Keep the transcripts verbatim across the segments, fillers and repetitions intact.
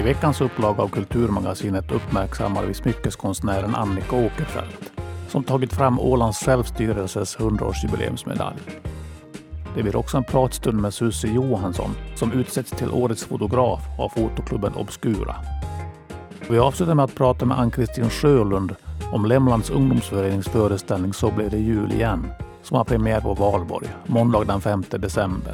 veckans upplaga av Kulturmagasinet uppmärksammar vi smyckeskonstnären Annika Åkerfeldt som tagit fram Ålands självstyrelses hundraårsjubileumsmedalj. Det blir också en pratstund med Susie Johansson som utsätts till årets fotograf av fotoklubben Obscura. Vi avslutar med att prata med Ann-Kristin Sjölund om Lämlands ungdomsförenings föreställning Så blev det jul igen som har premiär på Valborg, måndag den femte december.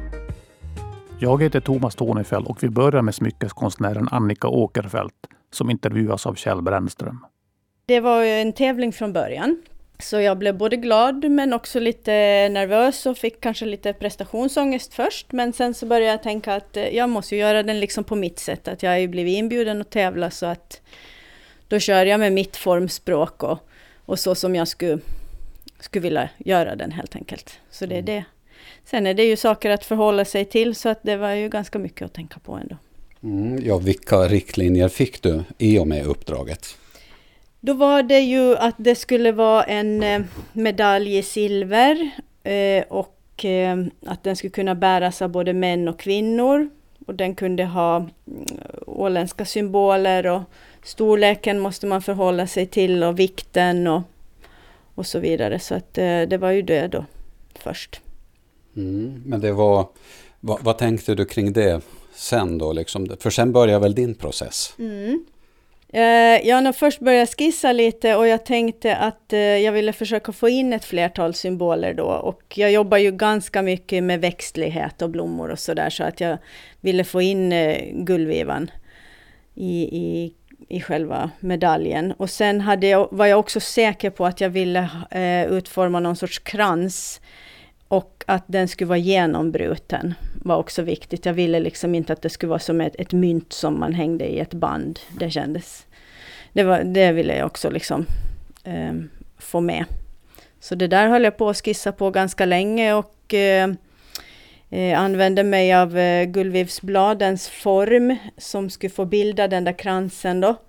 Jag heter Thomas Tornefjäll och vi börjar med smyckeskonstnären Annika Åkerfeldt som intervjuas av Kjell Brännström. Det var en tävling från början. Så jag blev både glad men också lite nervös och fick kanske lite prestationsångest först. Men sen så började jag tänka att jag måste göra den liksom på mitt sätt. Att jag har ju blivit inbjuden att tävla så att då kör jag med mitt formspråk och, och så som jag skulle, skulle vilja göra den helt enkelt. Så det är det. Sen är det ju saker att förhålla sig till så att det var ju ganska mycket att tänka på ändå. Mm, ja, vilka riktlinjer fick du i och med uppdraget? Då var det ju att det skulle vara en medalj i silver och att den skulle kunna bäras av både män och kvinnor. Och den kunde ha åländska symboler och storleken måste man förhålla sig till och vikten och, och så vidare. Så att det var ju det då först. Mm, men det var, vad, vad tänkte du kring det sen då? Liksom? För sen började väl din process? Mm. Jag har först börjat skissa lite och jag tänkte att jag ville försöka få in ett flertal symboler då. Och jag jobbar ju ganska mycket med växtlighet och blommor och sådär så att jag ville få in gullvivan i, i, i själva medaljen. Och sen hade jag, var jag också säker på att jag ville eh, utforma någon sorts krans och att den skulle vara genombruten var också viktigt. Jag ville liksom inte att det skulle vara som ett, ett mynt som man hängde i ett band. Det kändes. Det, var, det ville jag också liksom eh, få med. Så det där höll jag på att skissa på ganska länge och eh, eh, använde mig av eh, gullvivsbladens form som skulle få bilda den där kransen då.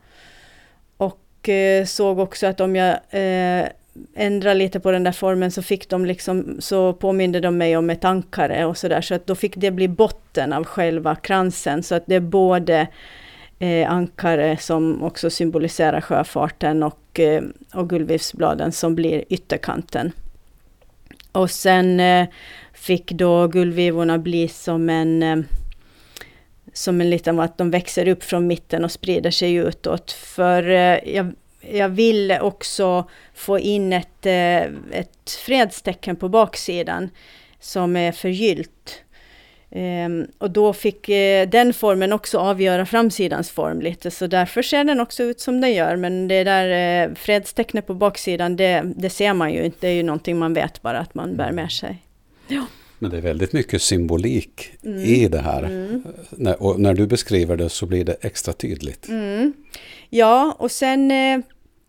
Och eh, såg också att om jag eh, ändra lite på den där formen så fick de liksom, så påminde de mig om ett ankare och sådär så att då fick det bli botten av själva kransen så att det är både eh, ankare som också symboliserar sjöfarten och, eh, och gullvivsbladen som blir ytterkanten. Och sen eh, fick då gullvivorna bli som en eh, som en liten, att de växer upp från mitten och sprider sig utåt för eh, jag Jag ville också få in ett, ett fredstecken på baksidan som är förgyllt. Ehm, och då fick den formen också avgöra framsidans form lite. Så därför ser den också ut som den gör. Men det där fredstecknet på baksidan, det, det ser man ju inte. Det är ju någonting man vet bara att man bär med sig. Ja. Men det är väldigt mycket symbolik mm. i det här. Mm. När, och när du beskriver det så blir det extra tydligt. Mm. Ja, och sen eh,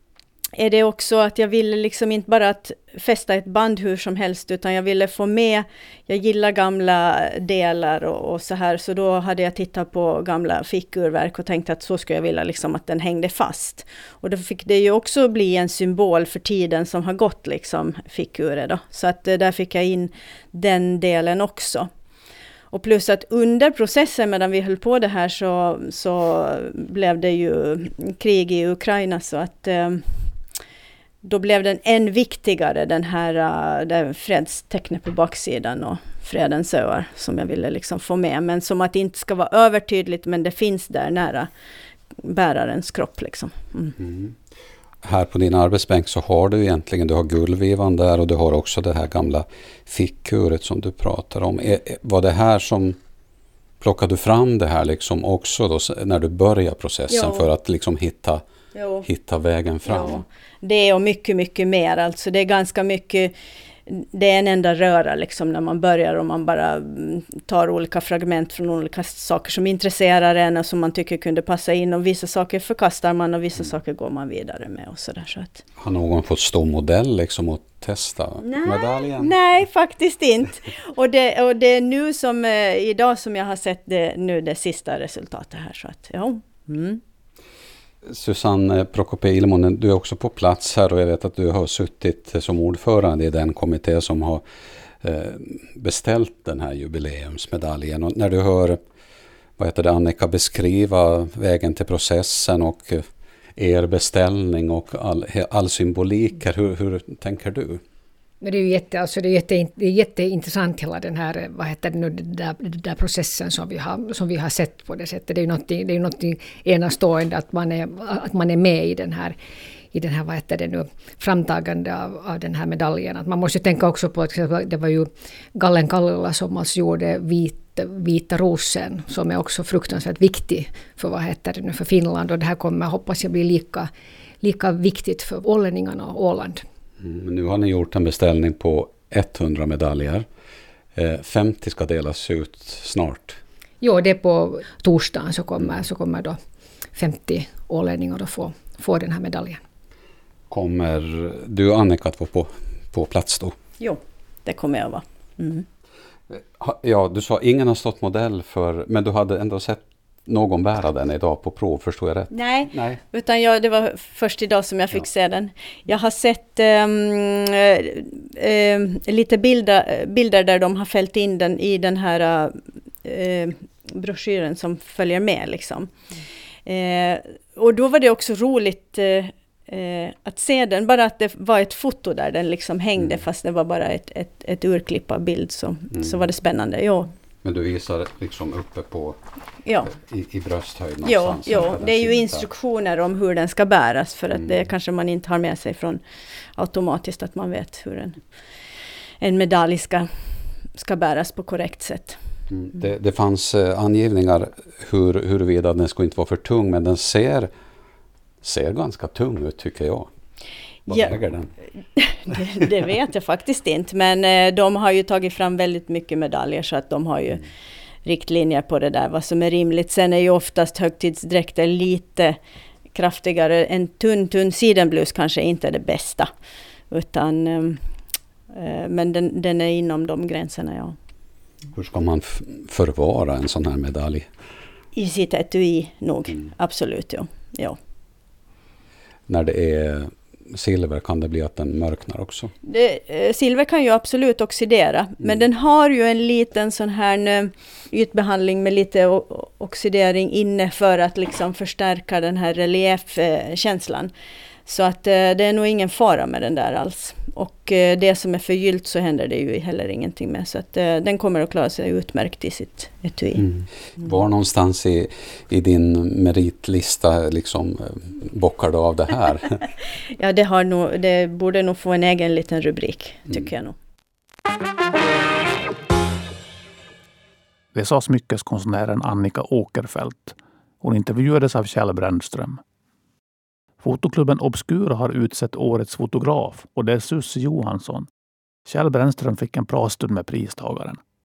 är det också att jag ville liksom inte bara att fästa ett band hur som helst utan jag ville få med, jag gillar gamla delar och, och så här så då hade jag tittat på gamla fickurverk och tänkt att så skulle jag vilja liksom att den hängde fast. Och då fick det ju också bli en symbol för tiden som har gått liksom fickurer då. Så att eh, där fick jag in den delen också. Och plus att under processen medan vi höll på det här så, så blev det ju krig i Ukraina så att eh, då blev den än viktigare den här uh, fredstecknet på baksidan och fredens öar som jag ville liksom få med. Men som att det inte ska vara övertydligt men det finns där nära bärarens kropp liksom. Mm. Mm. Här på din arbetsbänk så har du egentligen, du har gullvivan där och du har också det här gamla fickkuret som du pratar om. Är, var det här som, plockade du fram det här liksom också då, när du börjar processen jo. för att liksom hitta, hitta vägen fram? Jo. Det är och mycket, mycket mer. Alltså det är ganska mycket, det är en enda röra liksom när man börjar och man bara tar olika fragment från olika saker som intresserar en och som man tycker kunde passa in och vissa saker förkastar man och vissa mm. saker går man vidare med och sådär. Så att... Har någon fått stå modell liksom och testa nej, medaljen? Nej, faktiskt inte. Och det, och det är nu som, eh, idag som jag har sett det, nu det sista resultatet här så att ja. Mm. Susanne Prokopé-Ilmonen, du är också på plats här och jag vet att du har suttit som ordförande i den kommitté som har beställt den här jubileumsmedaljen. Och när du hör vad heter det, Annika, beskriva vägen till processen och er beställning och all, all symbolik. Hur, hur tänker du? Det är ju jätte, alltså det är jätte, det är jätteintressant hela den här, vad heter det nu, den där, den där processen som vi har, som vi har sett på det sättet. Det är ju någonting, det är ju någonting enastående att man är, att man är med i den här, i den här, vad heter det nu, framtagande av, av den här medaljen. Att man måste tänka också på att det var ju Gallen Kallila som alltså gjorde vit, vita rosen, som är också fruktansvärt viktig för, vad heter det nu, för Finland. Och det här kommer, hoppas jag, bli lika, lika viktigt för ålänningarna och Åland. Mm, nu har ni gjort en beställning på hundra medaljer. Eh, femtio ska delas ut snart. Jo, det är på torsdagen så kommer, så kommer då femtio ålänningar att få, få den här medaljen. Kommer du, Annika, att vara på, på plats då? Jo, det kommer jag vara. Mm. Ja, du sa ingen har stått modell för, men du hade ändå sett någon bära den idag på prov, förstår jag rätt? Nej, Nej. utan jag, det var först idag som jag fick ja. se den. Jag har sett um, uh, uh, lite bilder, bilder där de har fällt in den i den här uh, broschyren som följer med. Liksom. Mm. Uh, och då var det också roligt uh, uh, att se den, bara att det var ett foto där den liksom hängde, mm. fast det var bara ett, ett, ett urklipp av bild, så, mm. så var det spännande. Jo. Men du visar liksom uppe på ja. i, i brösthöjd någonstans. Ja, ja. Det är ju instruktioner om hur den ska bäras, för att mm. det kanske man inte har med sig från automatiskt, att man vet hur en, en medalj ska, ska bäras på korrekt sätt. Mm. Det, det fanns eh, angivningar hur, huruvida den ska inte vara för tung, men den ser, ser ganska tung ut, tycker jag. Vad ja, väger den? det, det vet jag faktiskt inte, men eh, de har ju tagit fram väldigt mycket medaljer, så att de har ju mm. riktlinjer på det där, vad som är rimligt. Sen är ju oftast högtidsdräkter lite kraftigare. En tunn, tunn sidenblus kanske inte är det bästa, utan, eh, men den, den är inom de gränserna, ja. Hur ska man f- förvara en sån här medalj? I sitt etui nog, mm. absolut, ja. ja. När det är silver kan det bli att den mörknar också? Det, eh, silver kan ju absolut oxidera, mm. men den har ju en liten sån här ytbehandling med lite o- oxidering inne för att liksom förstärka den här reliefkänslan. Så att eh, det är nog ingen fara med den där alls. Och eh, det som är förgyllt så händer det ju heller ingenting med. Så att eh, den kommer att klara sig utmärkt i sitt etui. Mm. Mm. Var någonstans i, i din meritlista liksom bockar du av det här? Ja, det, har nog, det borde nog få en egen liten rubrik, tycker mm. jag nog. Det sa smyckeskonstnären Annika Åkerfeldt. Hon intervjuades av Kjell Brändström. Fotoklubben Obscura har utsett årets fotograf, och det är Susie Johansson. Kjell Brändström fick en pratstund med pristagaren.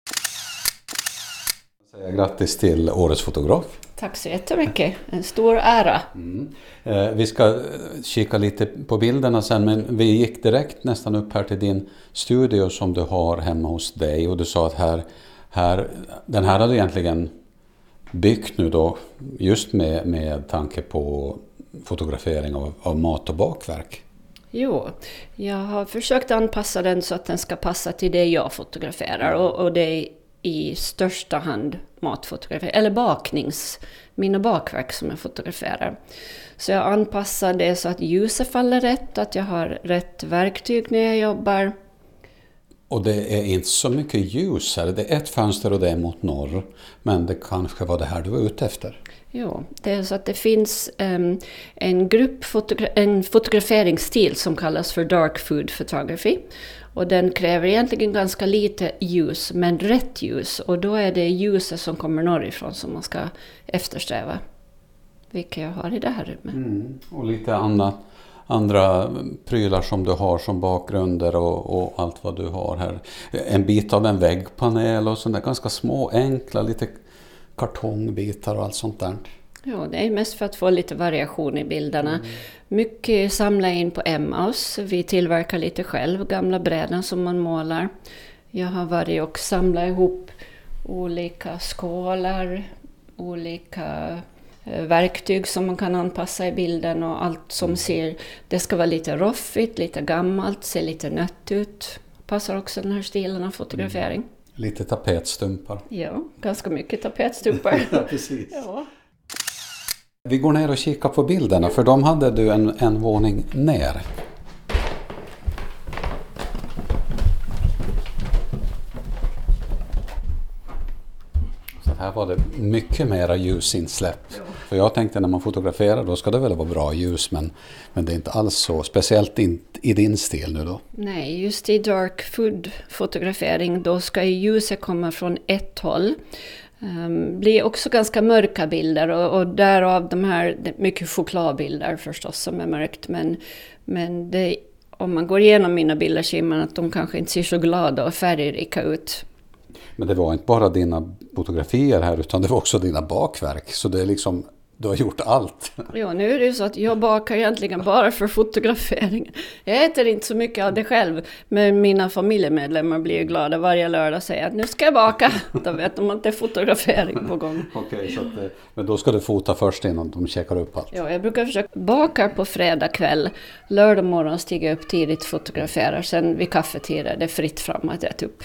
Grattis till årets fotograf. Tack så jättemycket. En stor ära. Mm. Eh, vi ska kika lite på bilderna sen, men vi gick direkt nästan upp här till din studio som du har hemma hos dig, och du sa att här, här, den här hade egentligen byggt nu då just med, med tanke på fotografering av, av mat och bakverk. Jo, jag har försökt anpassa den så att den ska passa till det jag fotograferar, och, och det är i största hand matfotografering, eller baknings, mina bakverk som jag fotograferar. Så jag anpassar det så att ljuset faller rätt, att jag har rätt verktyg när jag jobbar. Och det är inte så mycket ljus här, det är ett fönster och det är mot norr, men det kanske var det här du var ute efter. Jo, det är så att det finns um, en grupp, fotogra- en fotograferingsstil som kallas för dark food photography. Och den kräver egentligen ganska lite ljus, men rätt ljus. Och då är det ljuset som kommer norrifrån som man ska eftersträva. Vilket jag har i det här rummet. Mm, och lite annat, andra prylar som du har som bakgrunder och, och allt vad du har här. En bit av en väggpanel och sådana ganska små, enkla, lite kartongbitar och allt sånt där. Ja, det är mest för att få lite variation i bilderna. Mm. Mycket samla in på Emmaus. Vi tillverkar lite själv gamla bräden som man målar. Jag har varit och samlat ihop olika skålar, olika eh, verktyg som man kan anpassa i bilden, och allt som ser, det ska vara lite roffigt, lite gammalt, se lite nött ut. Passar också den här stilen av fotografering. Mm. Lite tapetstumpar. Ja, ganska mycket tapetstumpar. Ja, precis. Ja. Vi går ner och kikar på bilderna, för de hade du en, en våning ner. Så här var det mycket mera ljusinsläpp. Ja. För jag tänkte när man fotograferar då ska det väl vara bra ljus, men, men det är inte alls så. Speciellt in, i din stil nu då. Nej, just i dark food-fotografering då ska ljuset komma från ett håll. Um, blir också ganska mörka bilder och, och därav de här mycket chokladbilder förstås som är mörkt. Men, men det, om man går igenom mina bilder ser man att de kanske inte ser så glada och färgrika ut. Men det var inte bara dina fotografier här utan det var också dina bakverk. Så det är liksom, du har gjort allt. Ja, nu är det ju så att jag bakar egentligen bara för fotograferingen. Jag äter inte så mycket av det själv. Men mina familjemedlemmar blir ju glada varje lördag och säger att nu ska jag baka. Då vet de att det är fotografering på gång. Okej, så att, men då ska du fota först innan de checkar upp allt. Ja, jag brukar försöka baka på fredag kväll. Lördag morgon stiger jag upp tidigt, fotograferar. Sen vid kaffetider det är fritt fram att äta upp.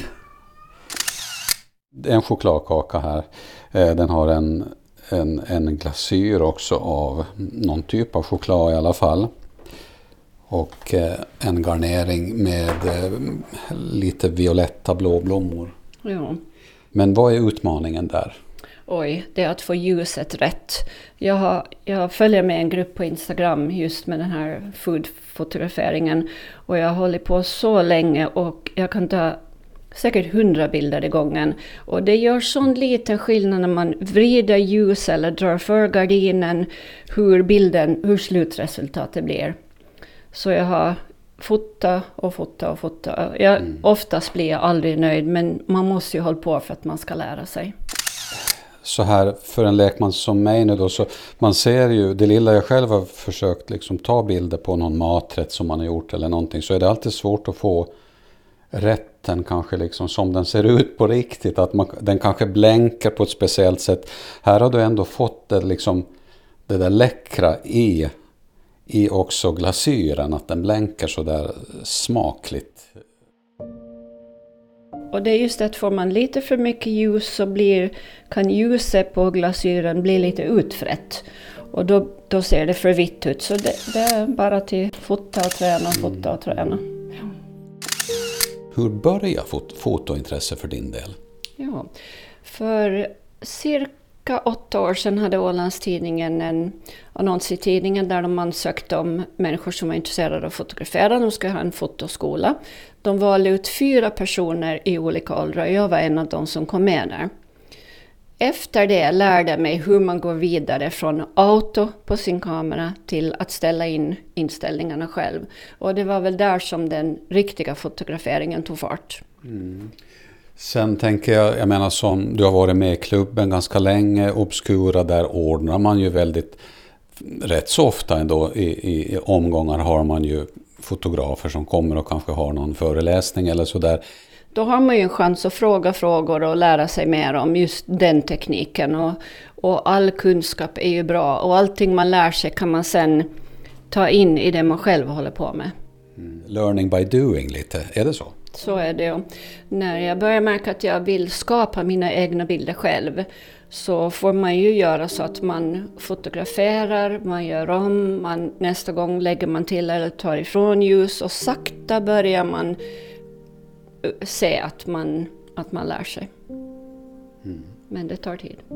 En chokladkaka här. Den har en, en, en glasyr också av någon typ av choklad i alla fall. Och en garnering med lite violetta blåblommor. Ja. Men vad är utmaningen där? Oj, det är att få ljuset rätt. Jag, har, jag följer med en grupp på Instagram just med den här food-fotograferingen. Och jag har hållit på så länge och jag kan ta säkert hundra bilder i gången. Och det gör sån liten skillnad när man vrider ljus eller drar för gardinen hur bilden, hur slutresultatet blir. Så jag har fota och fota och fota. Jag, mm. Oftast blir jag aldrig nöjd, men man måste ju hålla på för att man ska lära sig. Så här för en lekman som mig nu då, så man ser ju, det lilla jag själv har försökt liksom ta bilder på någon maträtt som man har gjort eller någonting, så är det alltid svårt att få rätten kanske liksom som den ser ut på riktigt, att man, den kanske blänkar på ett speciellt sätt. Här har du ändå fått det, liksom, det där läckra i, i också glasyren, att den blänkar så där smakligt. Och det är just att får man lite för mycket ljus så blir, kan ljuset på glasyren bli lite utfrätt. Och då, då ser det för vitt ut. Så det, det är bara till fota och träna, fota och träna. Ja. Hur börjar fot- fotointresse för din del? Ja, för cirka åtta år sedan hade Ålandstidningen en annons i tidningen där de ansökte om människor som var intresserade av att fotografera. De skulle ha en fotoskola. De valde ut fyra personer i olika åldrar. Jag var en av dem som kom med där. Efter det lärde jag mig hur man går vidare från auto på sin kamera till att ställa in inställningarna själv. Och det var väl där som den riktiga fotograferingen tog fart. Mm. Sen tänker jag, jag menar som du har varit med i klubben ganska länge, Obscura, där ordnar man ju väldigt, rätt så ofta ändå i, i, i omgångar har man ju fotografer som kommer och kanske har någon föreläsning eller sådär. Då har man ju en chans att fråga frågor och lära sig mer om just den tekniken. Och, och all kunskap är ju bra. Och allting man lär sig kan man sen ta in i det man själv håller på med. Mm. Learning by doing lite, är det så? Så är det. Och när jag börjar märka att jag vill skapa mina egna bilder själv, så får man ju göra så att man fotograferar, man gör om, man, nästa gång lägger man till eller tar ifrån ljus och sakta börjar man se att man, att man lär sig. Mm. Men det tar tid.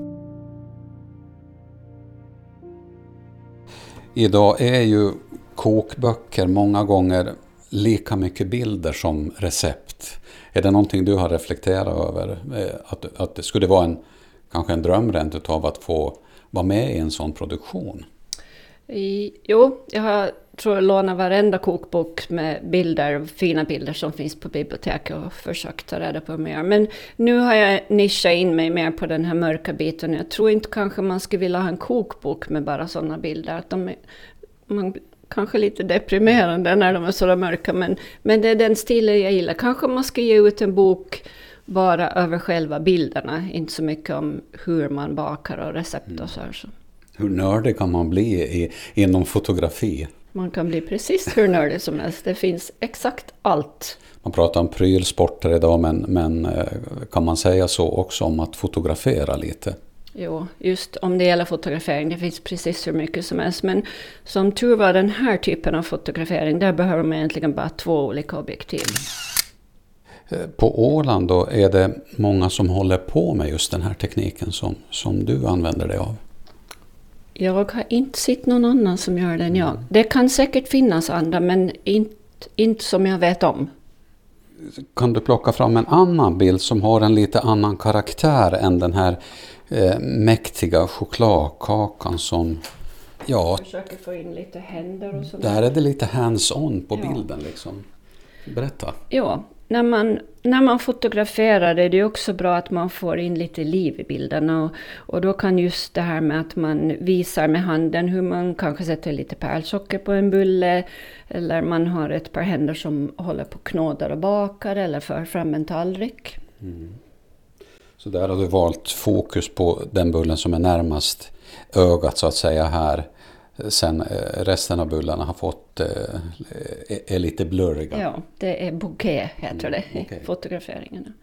Idag är ju kokböcker många gånger lika mycket bilder som recept. Är det någonting du har reflekterat över? Att, att det skulle vara en, kanske en dröm rent av att få vara med i en sån produktion? I, jo, jag har, tror jag lånar varenda kokbok med bilder, fina bilder som finns på biblioteket och försökt ta reda på mer. Men nu har jag nischat in mig mer på den här mörka biten. Jag tror inte kanske man skulle vilja ha en kokbok med bara sådana bilder. Att de är, man kanske lite deprimerande när de är så mörka, men, men det är den stilen jag gillar. Kanske man ska ge ut en bok bara över själva bilderna, inte så mycket om hur man bakar och recept och så här. Så. Hur nördig kan man bli i, inom fotografi? Man kan bli precis hur nördig som helst. Det finns exakt allt. Man pratar om prylsporter idag, men, men kan man säga så också om att fotografera lite? Jo, just om det gäller fotografering, det finns precis hur mycket som helst. Men som tur var, den här typen av fotografering, där behöver man egentligen bara två olika objektiv. På Åland då, är det många som håller på med just den här tekniken som, som du använder dig av? Jag har inte sett någon annan som gör den jag. Det kan säkert finnas andra, men inte, inte som jag vet om. Kan du plocka fram en annan bild som har en lite annan karaktär än den här eh, mäktiga chokladkakan som... Ja, jag försöker få in lite händer och sådär. Där är det lite hands-on på ja. bilden liksom. Berätta. Ja, när man, när man fotograferar är det också bra att man får in lite liv i bilden. Och, och då kan just det här med att man visar med handen hur man kanske sätter lite pärlsocker på en bulle. Eller man har ett par händer som håller på knådar och bakar eller för fram en tallrik. Mm. Så där har du valt fokus på den bullen som är närmast ögat så att säga här. Sen resten av bullarna har fått är, är lite blurriga. Ja, det är bokeh heter mm, det okay. i fotograferingen.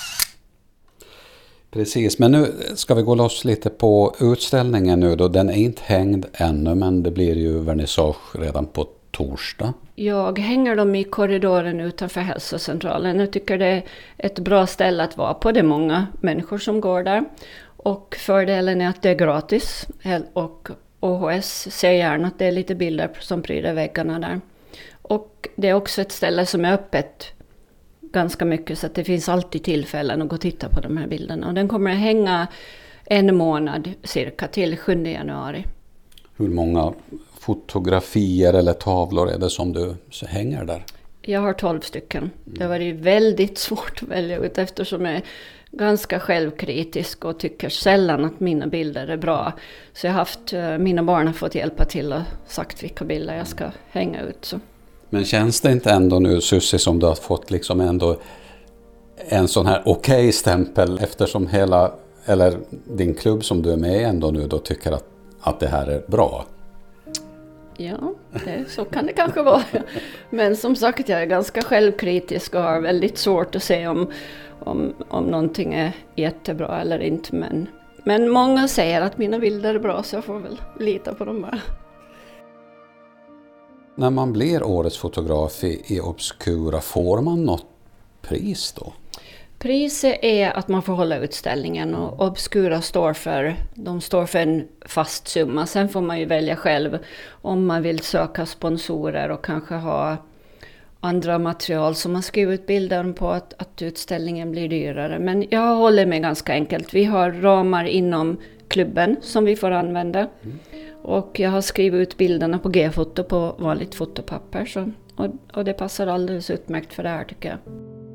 Precis, men nu ska vi gå loss lite på utställningen nu då. Den är inte hängd ännu, men det blir ju vernissage redan på torsdag. Jag hänger dem i korridoren utanför hälsocentralen. Jag tycker det är ett bra ställe att vara på. Det är många människor som går där. Och fördelen är att det är gratis. Och O H S ser gärna att det är lite bilder som pryder väggarna där. Och det är också ett ställe som är öppet ganska mycket så att det finns alltid tillfällen att gå och titta på de här bilderna. Och den kommer att hänga en månad cirka till sjunde januari. Hur många fotografier eller tavlor är det som du hänger där? Jag har tolv stycken. Det var ju väldigt svårt att välja ut eftersom jag är ganska självkritisk och tycker sällan att mina bilder är bra. Så jag har haft, mina barn har fått hjälpa till och sagt vilka bilder jag ska hänga ut. Så. Men känns det inte ändå nu, Susie, som du har fått liksom ändå en sån här okej-stämpel eftersom hela, eller din klubb som du är med ändå nu då tycker att, att det här är bra? Ja, det, så kan det kanske vara. Men som sagt, jag är ganska självkritisk och har väldigt svårt att se om, om, om någonting är jättebra eller inte. Men, men många säger att mina bilder är bra så jag får väl lita på dem bara. När man blir årets fotograf i, i Obscura, får man något pris då? Priset är att man får hålla utställningen och Obscura står för, de står för en fast summa. Sen får man ju välja själv om man vill söka sponsorer och kanske ha andra material som man skriver ut bilden på att, att utställningen blir dyrare. Men jag håller mig ganska enkelt. Vi har ramar inom klubben som vi får använda. Mm. Och jag har skrivit ut bilderna på G-foto på vanligt fotopapper. Så, och, och det passar alldeles utmärkt för det här tycker jag.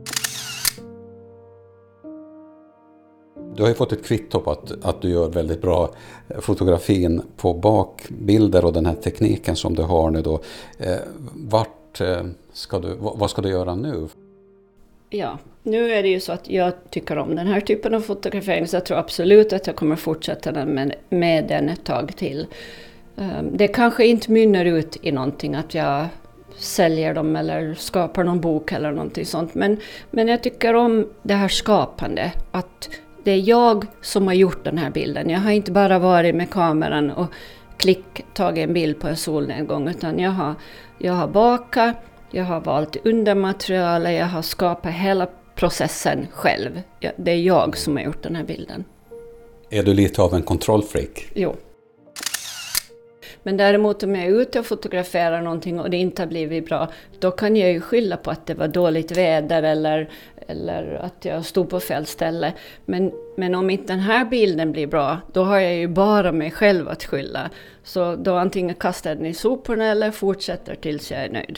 Du har ju fått ett kvitto på att, att du gör väldigt bra fotografin på bakbilder och den här tekniken som du har nu då. Eh, vart eh, ska du, vad ska du göra nu? Ja, nu är det ju så att jag tycker om den här typen av fotografering så jag tror absolut att jag kommer fortsätta den med, med den ett tag till. Um, det kanske inte mynnar ut i någonting att jag säljer dem eller skapar någon bok eller någonting sånt. Men, men jag tycker om det här skapande, att det är jag som har gjort den här bilden. Jag har inte bara varit med kameran och klick tagit en bild på en solnedgång utan jag har, jag har bakat, jag har valt undermaterial, jag har skapat hela processen själv. Det är jag som har gjort den här bilden. Är du lite av en kontrollfreak? Jo. Men däremot om jag är ute och fotograferar någonting och det inte har blivit bra, då kan jag ju skylla på att det var dåligt väder eller, eller att jag stod på fel ställe. Men, men om inte den här bilden blir bra, då har jag ju bara mig själv att skylla. Så då antingen kastar jag den i soporna eller fortsätter tills jag är nöjd.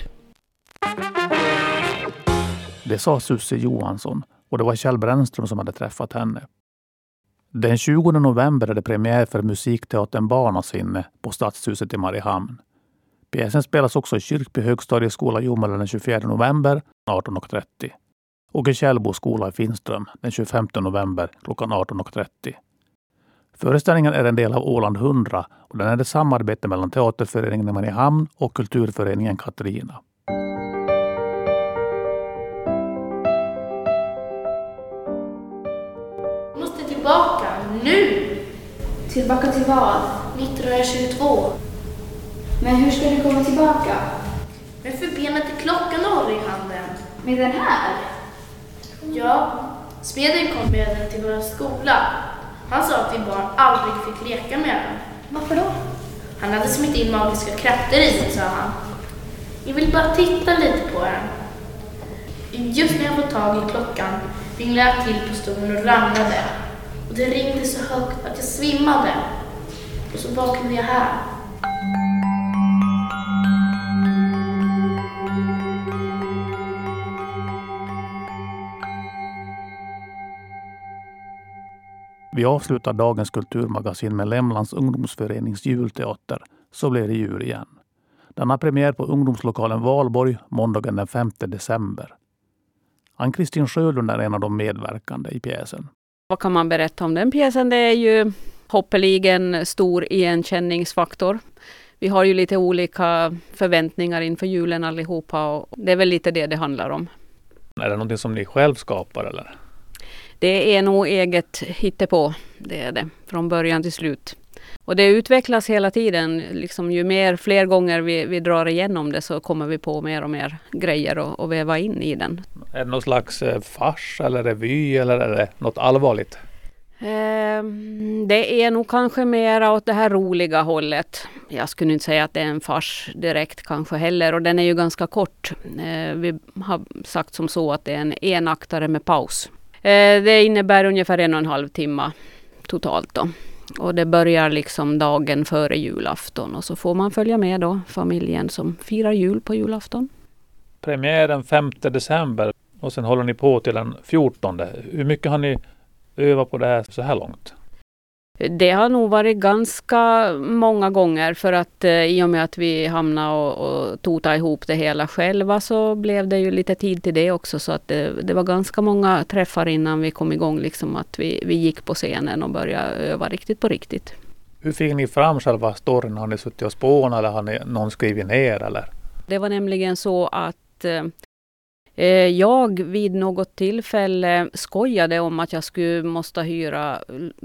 Det sa Susie Johansson och det var Kjell Brännström som hade träffat henne. Den tjugonde november är det premiär för musikteatern Barnasinne på Stadshuset i Mariehamn. Pjäsen spelas också i Kyrkby högstadieskola i Jomala den tjugofjärde november arton och trettio och i Källbo skola i Finström den tjugofemte november klockan arton och trettio. Föreställningen är en del av Åland hundra och den är ett samarbete mellan Teaterföreningen i Mariehamn och Kulturföreningen Katarina. Jag måste tillbaka, nu! Tillbaka till vad? nittonhundratjugotvå. Men hur ska du komma tillbaka? Med förbenet till klockan och håller i handen. Med den här? Ja, smeden kom med den till vår skola. Han sa att vi barn aldrig fick leka med den. Varför då? Han hade smitt in magiska krafter i den, sa han. Jag vill bara titta lite på den. Just när jag får tag i klockan vinglade jag till på stolen och ramlade. Och det ringde så högt att jag svimmade. Och så vaknade jag här. Vi avslutar dagens kulturmagasin med Lämlands ungdomsförenings julteater, Så blir det jul igen. Den har premiär på ungdomslokalen Valborg måndagen den femte december. Ann-Kristin Sjölund är en av de medverkande i pjäsen. Vad kan man berätta om den pjäsen? Det är ju hoppeligen stor igenkänningsfaktor. Vi har ju lite olika förväntningar inför julen allihopa och det är väl lite det det handlar om. Är det någonting som ni själv skapar eller? Det är nog eget hittepå, det är det, från början till slut. Och det utvecklas hela tiden, liksom ju mer, fler gånger vi, vi drar igenom det så kommer vi på mer och mer grejer och, och väva in i den. Är det någon slags fars eller revy eller är det något allvarligt? Eh, det är nog kanske mer åt det här roliga hållet. Jag skulle inte säga att det är en fars direkt kanske heller och den är ju ganska kort. Eh, vi har sagt som så att det är en enaktare med paus. Det innebär ungefär en och en halv timme totalt då. Och det börjar liksom dagen före julafton och så får man följa med då familjen som firar jul på julafton. Premiär den femte december och sen håller ni på till den fjortonde. Hur mycket har ni övat på det här så här långt? Det har nog varit ganska många gånger för att eh, i och med att vi hamnade och, och tog ihop det hela själva så blev det ju lite tid till det också så att det, det var ganska många träffar innan vi kom igång liksom att vi, vi gick på scenen och började öva riktigt på riktigt. Hur fick ni fram själva storyn? Har ni suttit och spånat eller har ni någon skrivit ner eller? Det var nämligen så att eh, jag vid något tillfälle skojade om att jag skulle måste hyra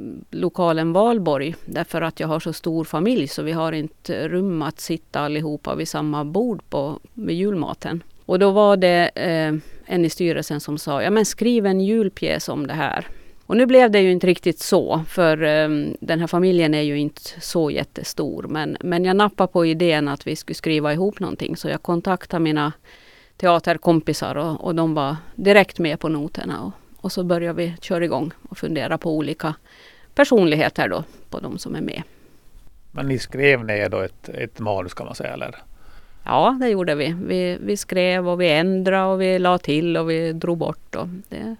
lokalen Valborg därför att jag har så stor familj så vi har inte rum att sitta allihopa vid samma bord på, med julmaten. Och då var det eh, en i styrelsen som sa, ja men skriv en julpjäs om det här. Och nu blev det ju inte riktigt så för eh, den här familjen är ju inte så jättestor men, men jag nappade på idén att vi skulle skriva ihop någonting så jag kontaktade mina teaterkompisar och, och de var direkt med på noterna och, och så började vi köra igång och fundera på olika personligheter då på de som är med. Men ni skrev ner då ett, ett manus kan man säga eller? Ja, det gjorde vi. Vi, vi skrev och vi ändrade och vi la till och vi drog bort. Och, det.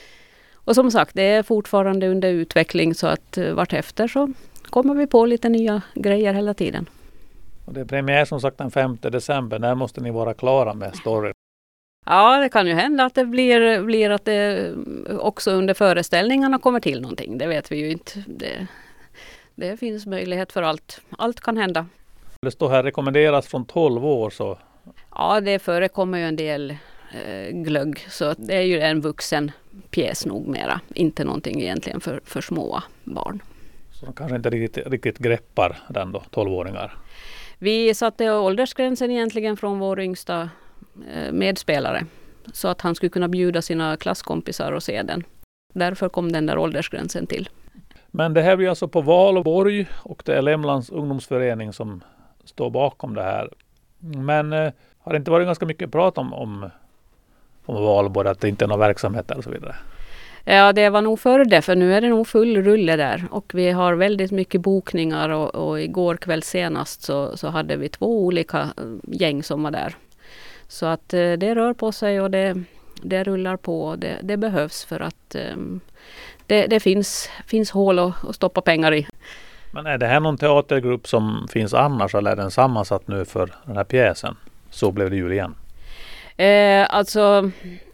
och som sagt, det är fortfarande under utveckling så att vart efter så kommer vi på lite nya grejer hela tiden. Och det är premiär som sagt den femte december. När måste ni vara klara med storyn? Ja, det kan ju hända att det blir, blir att det också under föreställningarna kommer till någonting. Det vet vi ju inte. Det, det finns möjlighet för allt. Allt kan hända. Det står här rekommenderas från tolv år så. Ja, det förekommer ju en del eh, glögg. Så det är ju en vuxen pjäs nog mera. Inte någonting egentligen för, för små barn. Så de kanske inte riktigt, riktigt greppar den då, tolvåringar? Vi satte åldersgränsen egentligen från vår yngsta eh, medspelare. Så att han skulle kunna bjuda sina klasskompisar och se den. Därför kom den där åldersgränsen till. Men det här blir alltså på Valborg och det är Lämlands ungdomsförening som står bakom det här. Men eh, har det inte varit ganska mycket prat om, om, om Valborg, att det inte är någon verksamhet där och så vidare? Ja, det var nog för det, för nu är det nog full rulle där. Och vi har väldigt mycket bokningar och, och igår kväll senast så, så hade vi två olika gäng som var där. Så att eh, det rör på sig och det, det rullar på och det, det behövs för att eh, det, det finns, finns hål att, att stoppa pengar i. Men är det här någon teatergrupp som finns annars eller är den sammansatt nu för den här pjäsen? Så blev det jul igen. Eh, alltså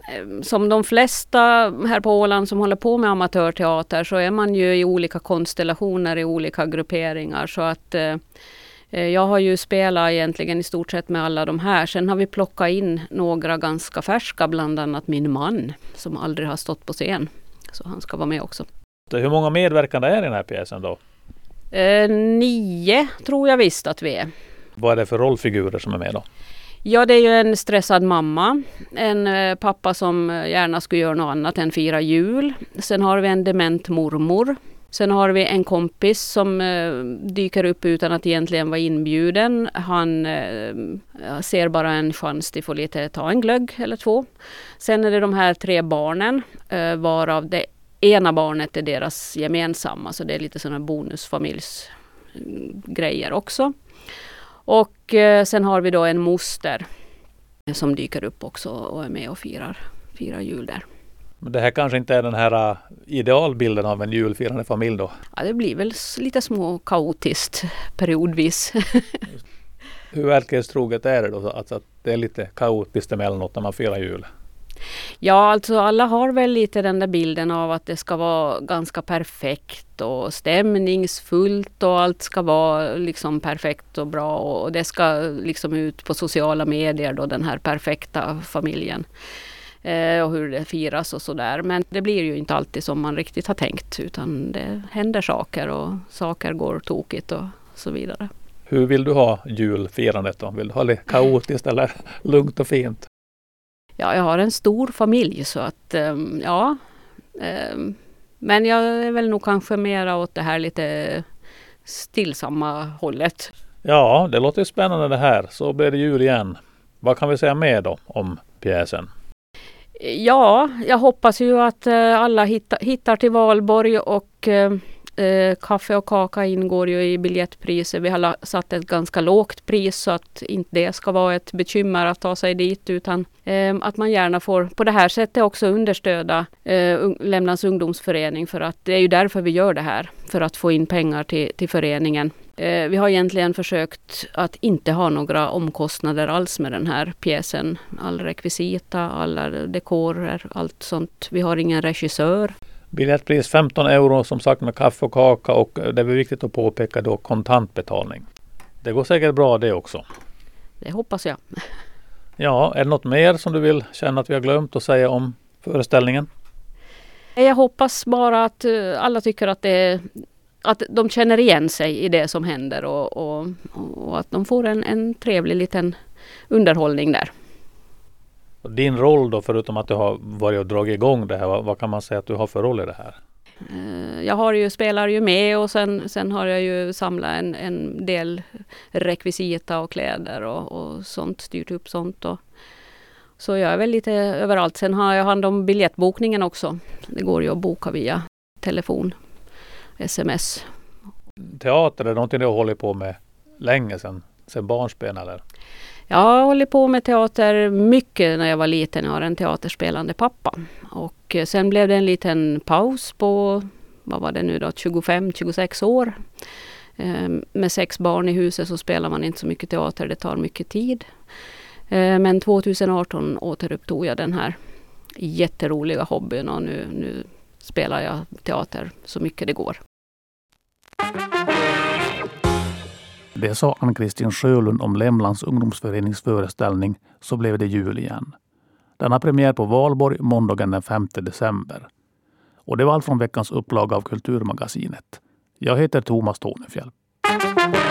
som de flesta här på Åland som håller på med amatörteater så är man ju i olika konstellationer, i olika grupperingar. Så att eh, jag har ju spelat egentligen i stort sett med alla de här. Sen har vi plockat in några ganska färska, bland annat min man som aldrig har stått på scen. Så han ska vara med också. Hur många medverkande är i den här pjäsen då? Eh, nio tror jag visst att vi är. Vad är det för rollfigurer som är med då? Ja, det är ju en stressad mamma, en eh, pappa som gärna skulle göra något annat än fira jul. Sen har vi en dement mormor. Sen har vi en kompis som eh, dyker upp utan att egentligen vara inbjuden. Han eh, ser bara en chans till att få lite, ta en glögg eller två. Sen är det de här tre barnen, eh, varav det ena barnet är deras gemensamma. Så det är lite sådana bonusfamiljsgrejer också. Och eh, sen har vi då en moster som dyker upp också och är med och firar, firar jul där. Men det här kanske inte är den här uh, idealbilden av en julfirande familj då? Ja, det blir väl lite små kaotiskt periodvis. Hur verklighetstroget är det då? Alltså att det är lite kaotiskt emellanåt när man firar jul? Ja, alltså alla har väl lite den där bilden av att det ska vara ganska perfekt och stämningsfullt och allt ska vara liksom perfekt och bra och det ska liksom ut på sociala medier då, den här perfekta familjen eh, och hur det firas och sådär. Men det blir ju inte alltid som man riktigt har tänkt, utan det händer saker och saker går tokigt och så vidare. Hur vill du ha julfirandet då? Vill du ha det kaotiskt eller lugnt och fint? Ja, jag har en stor familj så att ja, men jag är väl nog kanske mera åt det här lite stillsamma hållet. Ja, det låter spännande det här. Så blir det jul igen. Vad kan vi säga mer då om pjäsen? Ja, jag hoppas ju att alla hittar, hittar till Valborg och Eh, kaffe och kaka ingår ju i biljettpriset. Vi har satt ett ganska lågt pris så att inte det ska vara ett bekymmer att ta sig dit, utan eh, att man gärna får på det här sättet också understöda eh, Lämlands ungdomsförening, för att det är ju därför vi gör det här, för att få in pengar till, till föreningen. Eh, vi har egentligen försökt att inte ha några omkostnader alls med den här pjäsen. All rekvisita, alla dekorer, allt sånt. Vi har ingen regissör. Biljettpris femton euro som sagt med kaffe och kaka, och det är viktigt att påpeka då kontantbetalning. Det går säkert bra det också. Det hoppas jag. Ja, är det något mer som du vill känna att vi har glömt att säga om föreställningen? Jag hoppas bara att alla tycker att, det, att de känner igen sig i det som händer och, och, och att de får en, en trevlig liten underhållning där. Din roll då, förutom att du har varit och dragit igång det här, vad, vad kan man säga att du har för roll i det här? Jag har ju, spelar ju med och sen, sen har jag ju samlat en, en del rekvisita och kläder och, och sånt, styrt upp sånt. Och, så jag är väl lite överallt. Sen har jag hand om biljettbokningen också. Det går ju att boka via telefon, sms. Teater är någonting du har hållit på med länge sedan, sedan barnsben eller? Jag har hållit på med teater mycket när jag var liten. Jag har en teaterspelande pappa. Och sen blev det en liten paus på, vad var det nu då, tjugofem till tjugosex år. Ehm, med sex barn i huset så spelar man inte så mycket teater, det tar mycket tid. Ehm, men tjugoarton återupptog jag den här jätteroliga hobbyn och nu, nu spelar jag teater så mycket det går. Det sa Ann-Kristin Sjölund om Lämlands ungdomsförenings föreställning Så blev det jul igen. Den har premiär på Valborg måndagen den femte december. Och det var allt från veckans upplaga av Kulturmagasinet. Jag heter Thomas Tornefjäll.